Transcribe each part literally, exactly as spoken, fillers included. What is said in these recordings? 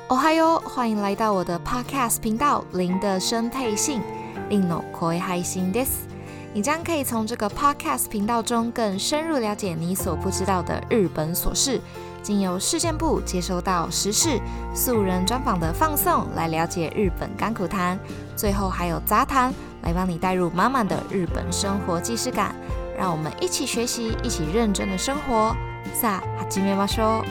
おはよう，欢迎来到我的 Podcast 频道零的生配信零の声配信です。你将可以从这个 Podcast 频道中更深入了解你所不知道的日本琐事，经由事件部接收到时事、素人专访的放送，来了解日本甘苦谈，最后还有杂谈，来帮你带入满满的日本生活既视感。让我们一起学习，一起认真的生活。さあ、始めましょう。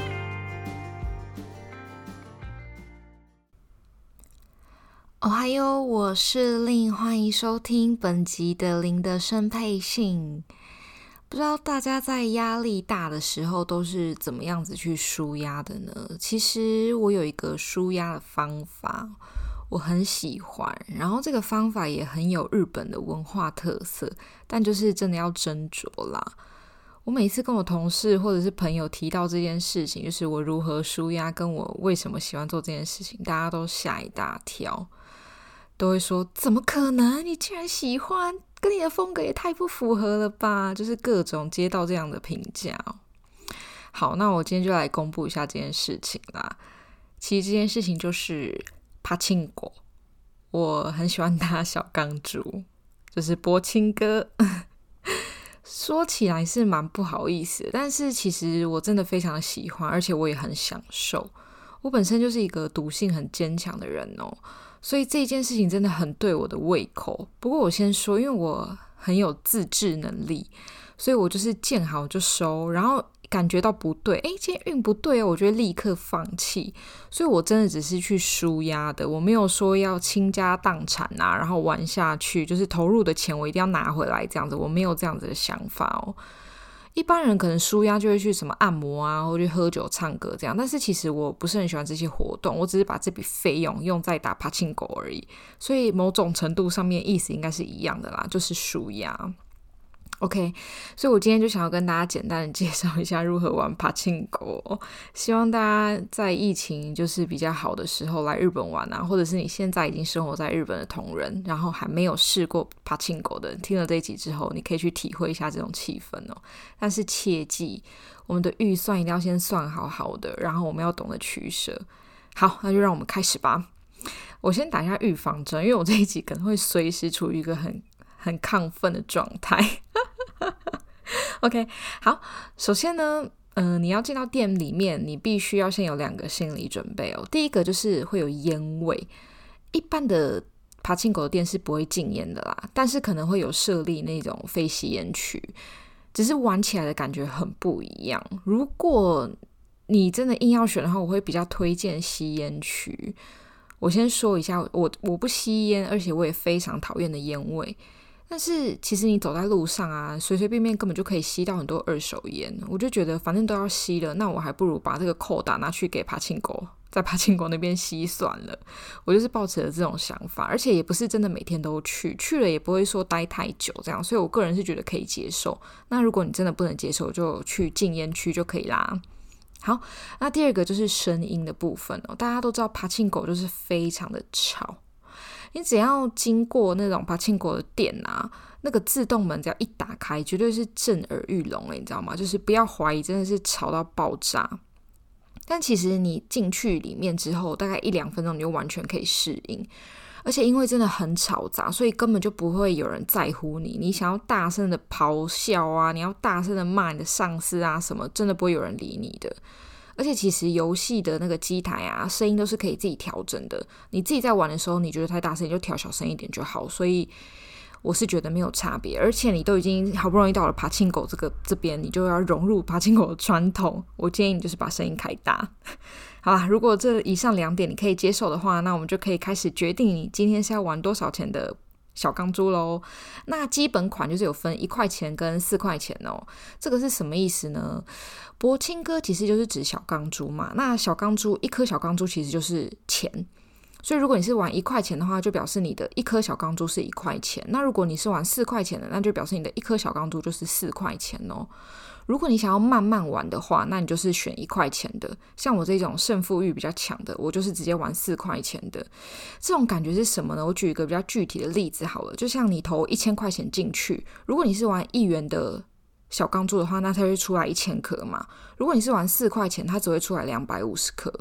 哦嗨哟，我是令，欢迎收听本集的零的生配信。不知道大家在压力大的时候都是怎么样子去抒压的呢？其实我有一个抒压的方法，我很喜欢，然后这个方法也很有日本的文化特色，但就是真的要斟酌啦。我每次跟我同事或者是朋友提到这件事情，就是我如何抒压跟我为什么喜欢做这件事情，大家都吓一大跳，都会说怎么可能，你竟然喜欢，跟你的风格也太不符合了吧，就是各种接到这样的评价。好，那我今天就来公布一下这件事情啦。其实这件事情就是パチンコ，我很喜欢打小钢珠，就是柏青哥。说起来是蛮不好意思的，但是其实我真的非常喜欢，而且我也很享受。我本身就是一个赌性很坚强的人哦，所以这件事情真的很对我的胃口。不过我先说，因为我很有自制能力，所以我就是见好就收，然后感觉到不对，诶，今天运不对哦，我就会立刻放弃。所以我真的只是去抒压的，我没有说要倾家荡产啊，然后玩下去，就是投入的钱我一定要拿回来这样子，我没有这样子的想法哦。一般人可能抒压就会去什么按摩啊，或者去喝酒唱歌这样，但是其实我不是很喜欢这些活动，我只是把这笔费用用在打パチンコ而已，所以某种程度上面意思应该是一样的啦，就是抒压。OK， 所以我今天就想要跟大家简单的介绍一下如何玩パチンコ，希望大家在疫情就是比较好的时候来日本玩啊，或者是你现在已经生活在日本的同仁，然后还没有试过パチンコ的人，听了这一集之后，你可以去体会一下这种气氛哦。但是切记，我们的预算一定要先算好好的，然后我们要懂得取舍。好，那就让我们开始吧。我先打一下预防针，因为我这一集可能会随时处于一个很很亢奋的状态。OK， 好，首先呢，呃，你要进到店里面，你必须要先有两个心理准备哦。第一个就是会有烟味，一般的パチンコ的店是不会禁烟的啦，但是可能会有设立那种非吸烟区，只是玩起来的感觉很不一样。如果你真的硬要选的话，我会比较推荐吸烟区。我先说一下，我我不吸烟，而且我也非常讨厌的烟味。但是其实你走在路上啊，随随便便根本就可以吸到很多二手烟，我就觉得反正都要吸了，那我还不如把这个扣打拿去给パチンコ，在パチンコ那边吸算了。我就是抱持了这种想法，而且也不是真的每天都去，去了也不会说待太久这样，所以我个人是觉得可以接受。那如果你真的不能接受，就去禁烟区就可以啦。好，那第二个就是声音的部分哦，大家都知道パチンコ就是非常的吵。你只要经过那种パチンコ的店啊，那个自动门只要一打开，绝对是震耳欲聋了，你知道吗？就是不要怀疑，真的是吵到爆炸。但其实你进去里面之后，大概一两分钟你就完全可以适应。而且因为真的很吵杂，所以根本就不会有人在乎你。你想要大声的咆哮啊，你要大声的骂你的上司啊什么，真的不会有人理你的。而且其实游戏的那个机台啊，声音都是可以自己调整的。你自己在玩的时候，你觉得太大声，你就调小声一点就好。所以我是觉得没有差别。而且你都已经好不容易到了パチンコ这个这边，你就要融入パチンコ的传统。我建议你就是把声音开大。好啦，如果这以上两点你可以接受的话，那我们就可以开始决定你今天是要玩多少钱的小钢珠咯。那基本款就是有分一块钱跟四块钱哦。这个是什么意思呢？柏青哥其实就是指小钢珠嘛，那小钢珠一颗小钢珠其实就是钱，所以如果你是玩一块钱的话，就表示你的一颗小钢珠是一块钱。那如果你是玩四块钱的，那就表示你的一颗小钢珠就是四块钱哦。如果你想要慢慢玩的话，那你就是选一块钱的。像我这种胜负欲比较强的，我就是直接玩四块钱的。这种感觉是什么呢？我举一个比较具体的例子好了，就像你投一千块钱进去，如果你是玩一元的小钢珠的话，那它会出来一千颗嘛。如果你是玩四块钱，它只会出来两百五十颗。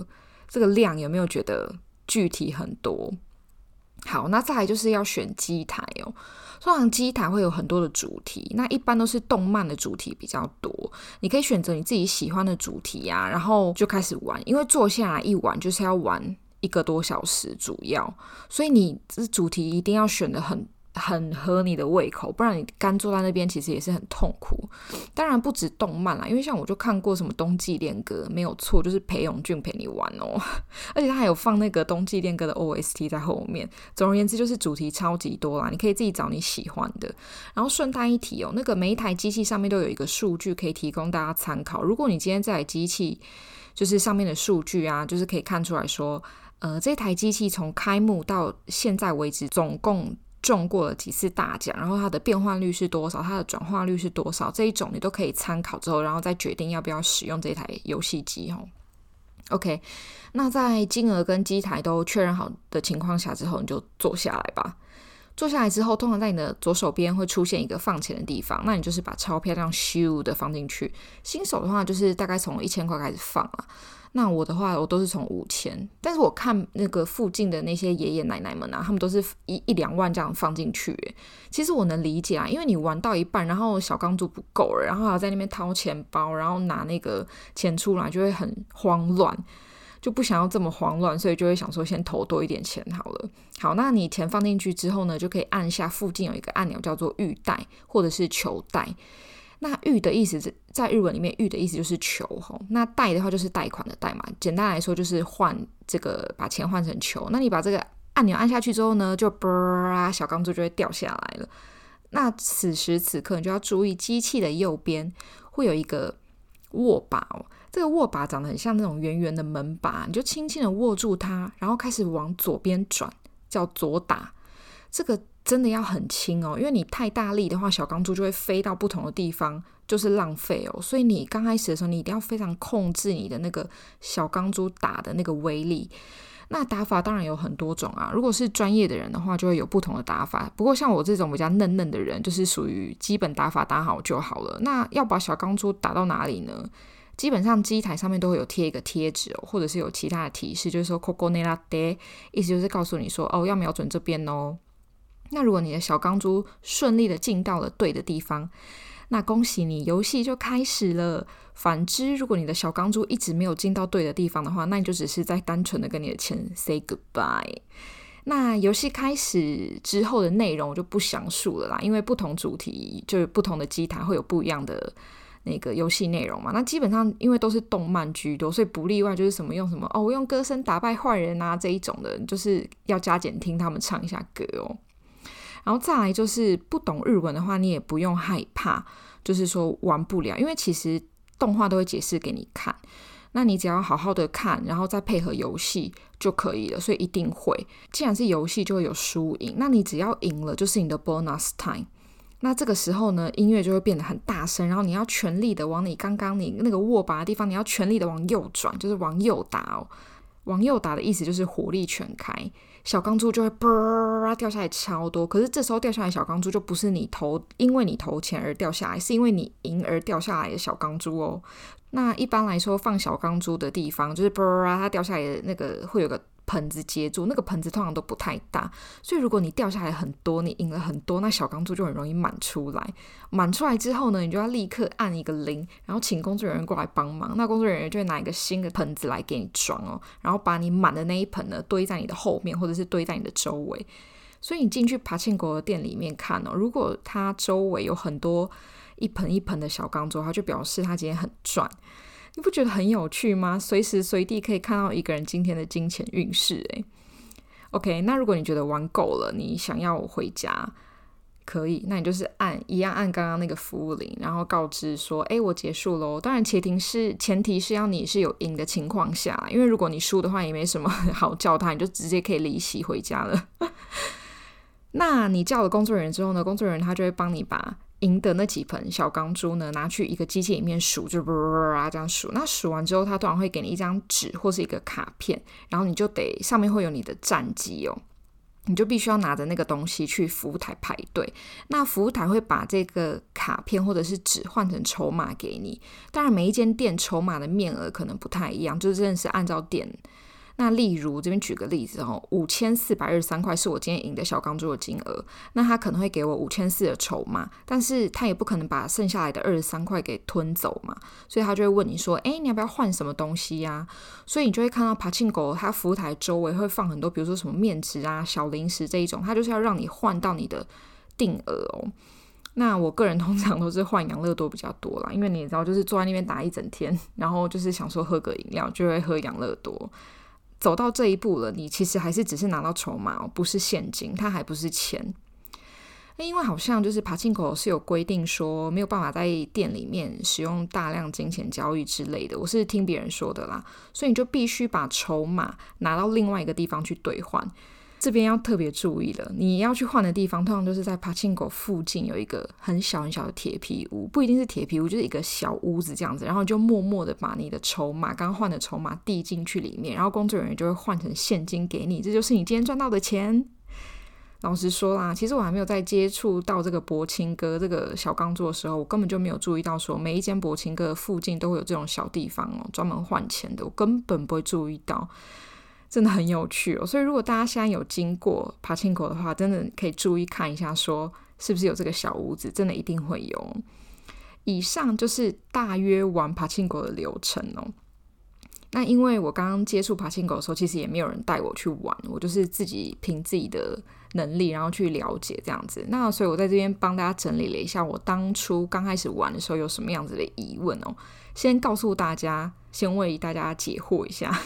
这个量有没有觉得具体很多？好，那再来就是要选机台哦。通常机台会有很多的主题，那一般都是动漫的主题比较多。你可以选择你自己喜欢的主题啊，然后就开始玩。因为坐下来一玩就是要玩一个多小时主要，所以你这主题一定要选得很很合你的胃口，不然你干坐在那边其实也是很痛苦。当然不止动漫啦，因为像我就看过什么冬季恋歌，没有错，就是裴勇俊陪你玩哦，而且他还有放那个冬季恋歌的 O S T 在后面。总而言之就是主题超级多啦，你可以自己找你喜欢的。然后顺带一提哦，那个每一台机器上面都有一个数据可以提供大家参考。如果你今天这台机器就是上面的数据啊，就是可以看出来说呃，这台机器从开幕到现在为止总共中过了几次大奖，然后它的变换率是多少，它的转化率是多少，这一种你都可以参考之后，然后再决定要不要使用这台游戏机哦。OK， 那在金额跟机台都确认好的情况下之后，你就坐下来吧。坐下来之后，通常在你的左手边会出现一个放钱的地方，那你就是把钞票这样咻的放进去。新手的话就是大概从一千块开始放啊，那我的话我都是从五千，但是我看那个附近的那些爷爷奶奶们啊，他们都是一一两万这样放进去耶。其实我能理解啊，因为你玩到一半，然后小钢珠不够了，然后还要在那边掏钱包，然后拿那个钱出来，就会很慌乱，就不想要这么慌乱，所以就会想说先投多一点钱好了。好，那你钱放进去之后呢，就可以按下附近有一个按钮叫做玉带或者是球带。那玉的意思在日文里面，玉的意思就是球，那贷的话就是贷款的贷嘛，简单来说就是换这个把钱换成球。那你把这个按钮按下去之后呢，就啵，小钢珠就会掉下来了。那此时此刻你就要注意，机器的右边会有一个握把哦，这个握把长得很像那种圆圆的门把，你就轻轻的握住它，然后开始往左边转，叫左打。这个真的要很轻哦，因为你太大力的话，小钢珠就会飞到不同的地方，就是浪费哦。所以你刚开始的时候，你一定要非常控制你的那个小钢珠打的那个威力。那打法当然有很多种啊，如果是专业的人的话，就会有不同的打法。不过像我这种比较嫩嫩的人，就是属于基本打法打好就好了。那要把小钢珠打到哪里呢？基本上机台上面都会有贴一个贴纸哦，或者是有其他的提示，就是说 Koko nerate， 意思就是告诉你说哦，要瞄准这边哦。那如果你的小钢珠顺利的进到了对的地方，那恭喜你，游戏就开始了。反之，如果你的小钢珠一直没有进到对的地方的话，那你就只是在单纯的跟你的钱 say goodbye。那游戏开始之后的内容我就不详述了啦，因为不同主题就是不同的机台会有不一样的那个游戏内容嘛。那基本上因为都是动漫居多，所以不例外就是什么用什么哦，我用歌声打败坏人啊这一种的，就是要加减听他们唱一下歌哦。然后再来就是不懂日文的话，你也不用害怕，就是说玩不了，因为其实动画都会解释给你看，那你只要好好的看，然后再配合游戏就可以了，所以一定会。既然是游戏就会有输赢，那你只要赢了就是你的 bonus time。那这个时候呢，音乐就会变得很大声，然后你要全力的往你刚刚你那个握把的地方，你要全力的往右转，就是往右打哦。往右打的意思就是火力全开，小钢珠就会啵掉下来超多。可是这时候掉下来小钢珠就不是你投因为你投钱而掉下来，是因为你赢而掉下来的小钢珠哦。那一般来说放小钢珠的地方就是啵它掉下来的那个会有个盆子接住，那个盆子通常都不太大，所以如果你掉下来很多，你赢了很多，那小钢珠就很容易满出来。满出来之后呢，你就要立刻按一个铃，然后请工作人员过来帮忙。那工作人员就会拿一个新的盆子来给你装哦，然后把你满的那一盆呢堆在你的后面，或者是堆在你的周围。所以你进去爬庆国的店里面看哦，如果它周围有很多一盆一盆的小钢珠，它就表示它今天很赚。你不觉得很有趣吗？随时随地可以看到一个人今天的金钱运势诶。OK， 那如果你觉得玩够了，你想要回家可以，那你就是按一样按刚刚那个服务铃，然后告知说诶我结束咯。当然前提是前提是要你是有赢的情况下，因为如果你输的话也没什么好叫他，你就直接可以离席回家了那你叫了工作人员之后呢，工作人员他就会帮你把赢的那几盆小钢珠呢拿去一个机器里面数，就这样数。那数完之后他当然会给你一张纸或是一个卡片，然后你就得上面会有你的战绩哦，你就必须要拿着那个东西去服务台排队。那服务台会把这个卡片或者是纸换成筹码给你，当然每一间店筹码的面额可能不太一样，就真的是按照店那例如这边举个例子哦，五千四百二十三块是我今天赢的小钢珠的金额，那他可能会给我五千四的筹码，但是他也不可能把剩下来的二十三块给吞走嘛，所以他就会问你说，哎，你要不要换什么东西呀？所以你就会看到爬庆狗它服务台周围会放很多，比如说什么面纸啊、小零食这一种，它就是要让你换到你的定额哦。那我个人通常都是换养乐多比较多啦，因为你也知道，就是坐在那边打一整天，然后就是想说喝个饮料，就会喝养乐多。走到这一步了，你其实还是只是拿到筹码哦，不是现金，它还不是钱。因为好像就是爬庆狗是有规定说没有办法在店里面使用大量金钱交易之类的，我是听别人说的啦，所以你就必须把筹码拿到另外一个地方去兑换。这边要特别注意了，你要去换的地方通常都是在爬庆狗附近有一个很小很小的铁皮屋，不一定是铁皮屋，就是一个小屋子这样子，然后就默默的把你的筹码刚换的筹码递进去里面，然后工作人员就会换成现金给你，这就是你今天赚到的钱。老实说啦，其实我还没有在接触到这个柏青哥这个小钢珠的时候，我根本就没有注意到说每一间柏青哥附近都会有这种小地方哦，专门换钱的，我根本不会注意到，真的很有趣哦。所以如果大家现在有经过爬庆狗的话，真的可以注意看一下说是不是有这个小屋子，真的一定会有。以上就是大约玩爬庆狗的流程哦。那因为我刚刚接触爬庆狗的时候，其实也没有人带我去玩，我就是自己凭自己的能力然后去了解这样子。那所以我在这边帮大家整理了一下我当初刚开始玩的时候有什么样子的疑问哦，先告诉大家，先为大家解惑一下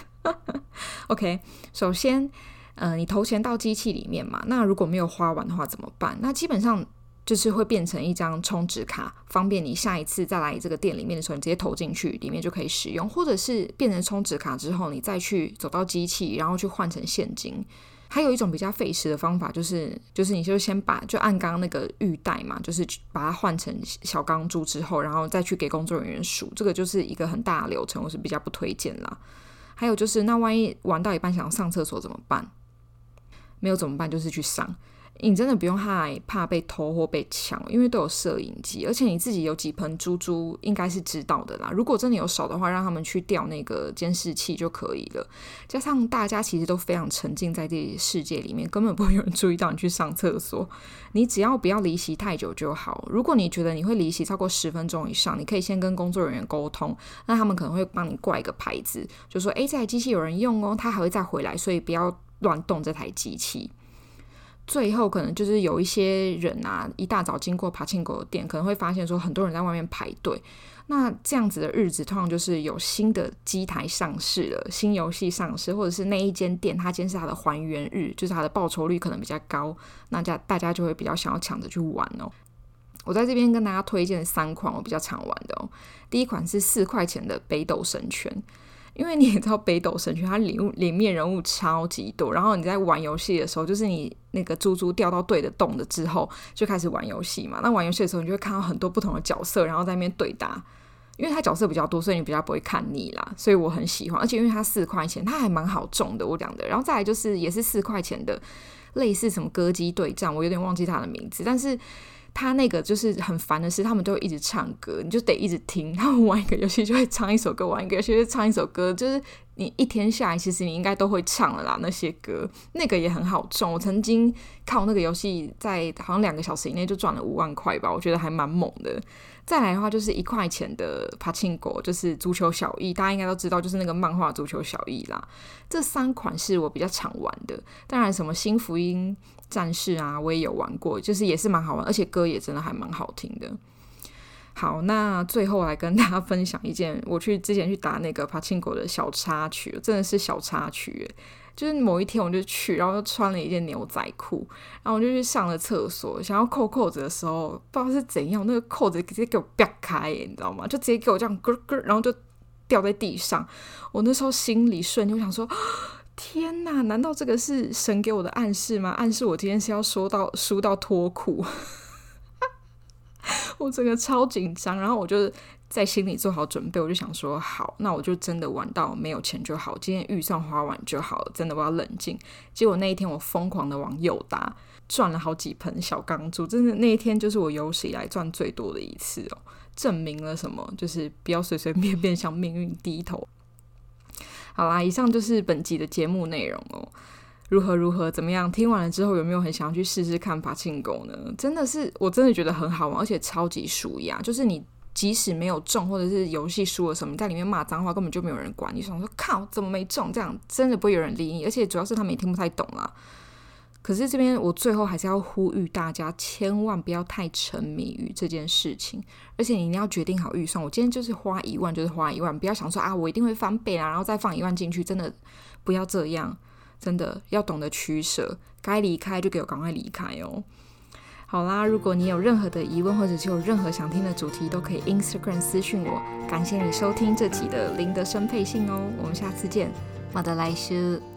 OK， 首先呃，你投钱到机器里面嘛，那如果没有花完的话怎么办？那基本上就是会变成一张充值卡，方便你下一次再来这个店里面的时候，你直接投进去，里面就可以使用，或者是变成充值卡之后，你再去走到机器，然后去换成现金。还有一种比较费时的方法，就是就是你就先把就按刚刚那个预带嘛，就是把它换成小钢珠之后，然后再去给工作人员数，这个就是一个很大的流程，我是比较不推荐啦。还有就是那万一玩到一半想上厕所怎么办？没有怎么办？就是去上。你真的不用害怕被偷或被抢，因为都有摄影机，而且你自己有几盆珠珠应该是知道的啦。如果真的有少的话，让他们去调那个监视器就可以了。加上大家其实都非常沉浸在这些世界里面，根本不会有人注意到你去上厕所。你只要不要离席太久就好。如果你觉得你会离席超过十分钟以上，你可以先跟工作人员沟通，那他们可能会帮你挂一个牌子，就说诶，这台机器有人用哦，他还会再回来，所以不要乱动这台机器。最后可能就是有一些人啊，一大早经过爬庆狗的店，可能会发现说很多人在外面排队。那这样子的日子通常就是有新的机台上市了，新游戏上市，或者是那一间店它今天是它的还原日，就是它的报酬率可能比较高，那大家就会比较想要抢着去玩哦。我在这边跟大家推荐三款我比较常玩的哦。第一款是四块钱的北斗神拳，因为你也知道北斗神拳它里面人物超级多，然后你在玩游戏的时候，就是你那个珠珠掉到对的洞的之后就开始玩游戏嘛，那玩游戏的时候你就会看到很多不同的角色，然后在那边对打，因为它角色比较多，所以你比较不会看腻啦，所以我很喜欢。而且因为它四块钱它还蛮好中的，我讲的。然后再来就是也是四块钱的类似什么歌姬对战，我有点忘记它的名字，但是他那个就是很烦的是他们都会一直唱歌，你就得一直听，他们玩一个游戏就会唱一首歌，玩一个游戏就会唱一首歌，就是你一天下来其实你应该都会唱了啦，那些歌那个也很好中。我曾经靠那个游戏在好像两个小时以内就赚了五万块吧，我觉得还蛮猛的。再来的话就是一块钱的爬庆狗，就是足球小艺，大家应该都知道，就是那个漫画足球小艺啦。这三款是我比较常玩的，当然什么新福音战士啊我也有玩过，就是也是蛮好玩，而且歌也真的还蛮好听的。好，那最后来跟大家分享一件我去之前去打那个爬庆狗的小插曲，真的是小插曲耶。就是某一天我就去，然后就穿了一件牛仔裤，然后我就去上了厕所，想要扣扣子的时候不知道是怎样，那个扣子直接给我啪开耶，你知道吗？就直接给我这样咯咯，然后就掉在地上。我那时候心里瞬间想说，天哪，难道这个是神给我的暗示吗？暗示我今天是要说到输到脱裤我整个超紧张，然后我就在心里做好准备，我就想说好，那我就真的玩到没有钱就好，今天预算花完就好了，真的我要冷静。结果那一天我疯狂的往右打，赚了好几盆小钢珠，真的那一天就是我有史以来赚最多的一次哦，证明了什么？就是不要随随便便向命运低头。 好啦，以上就是本集的节目内容哦。如何如何怎么样？听完了之后有没有很想要去试试看爬庆狗呢？真的是，我真的觉得很好玩，而且超级舒压。就是你即使没有中，或者是游戏输了什么，你在里面骂脏话根本就没有人管。你想说靠，怎么没中？这样真的不会有人理你，而且主要是他们也听不太懂啦。可是这边我最后还是要呼吁大家，千万不要太沉迷于这件事情，而且你一定要决定好预算。我今天就是花一万，就是花一万，不要想说啊，我一定会翻倍啦，然后再放一万进去，真的不要这样。真的要懂得取舍，该离开就给我赶快离开哦。好啦，如果你有任何的疑问，或者是有任何想听的主题，都可以 Instagram 私讯我。感谢你收听这集的林德生配信哦，我们下次见，马德来斯。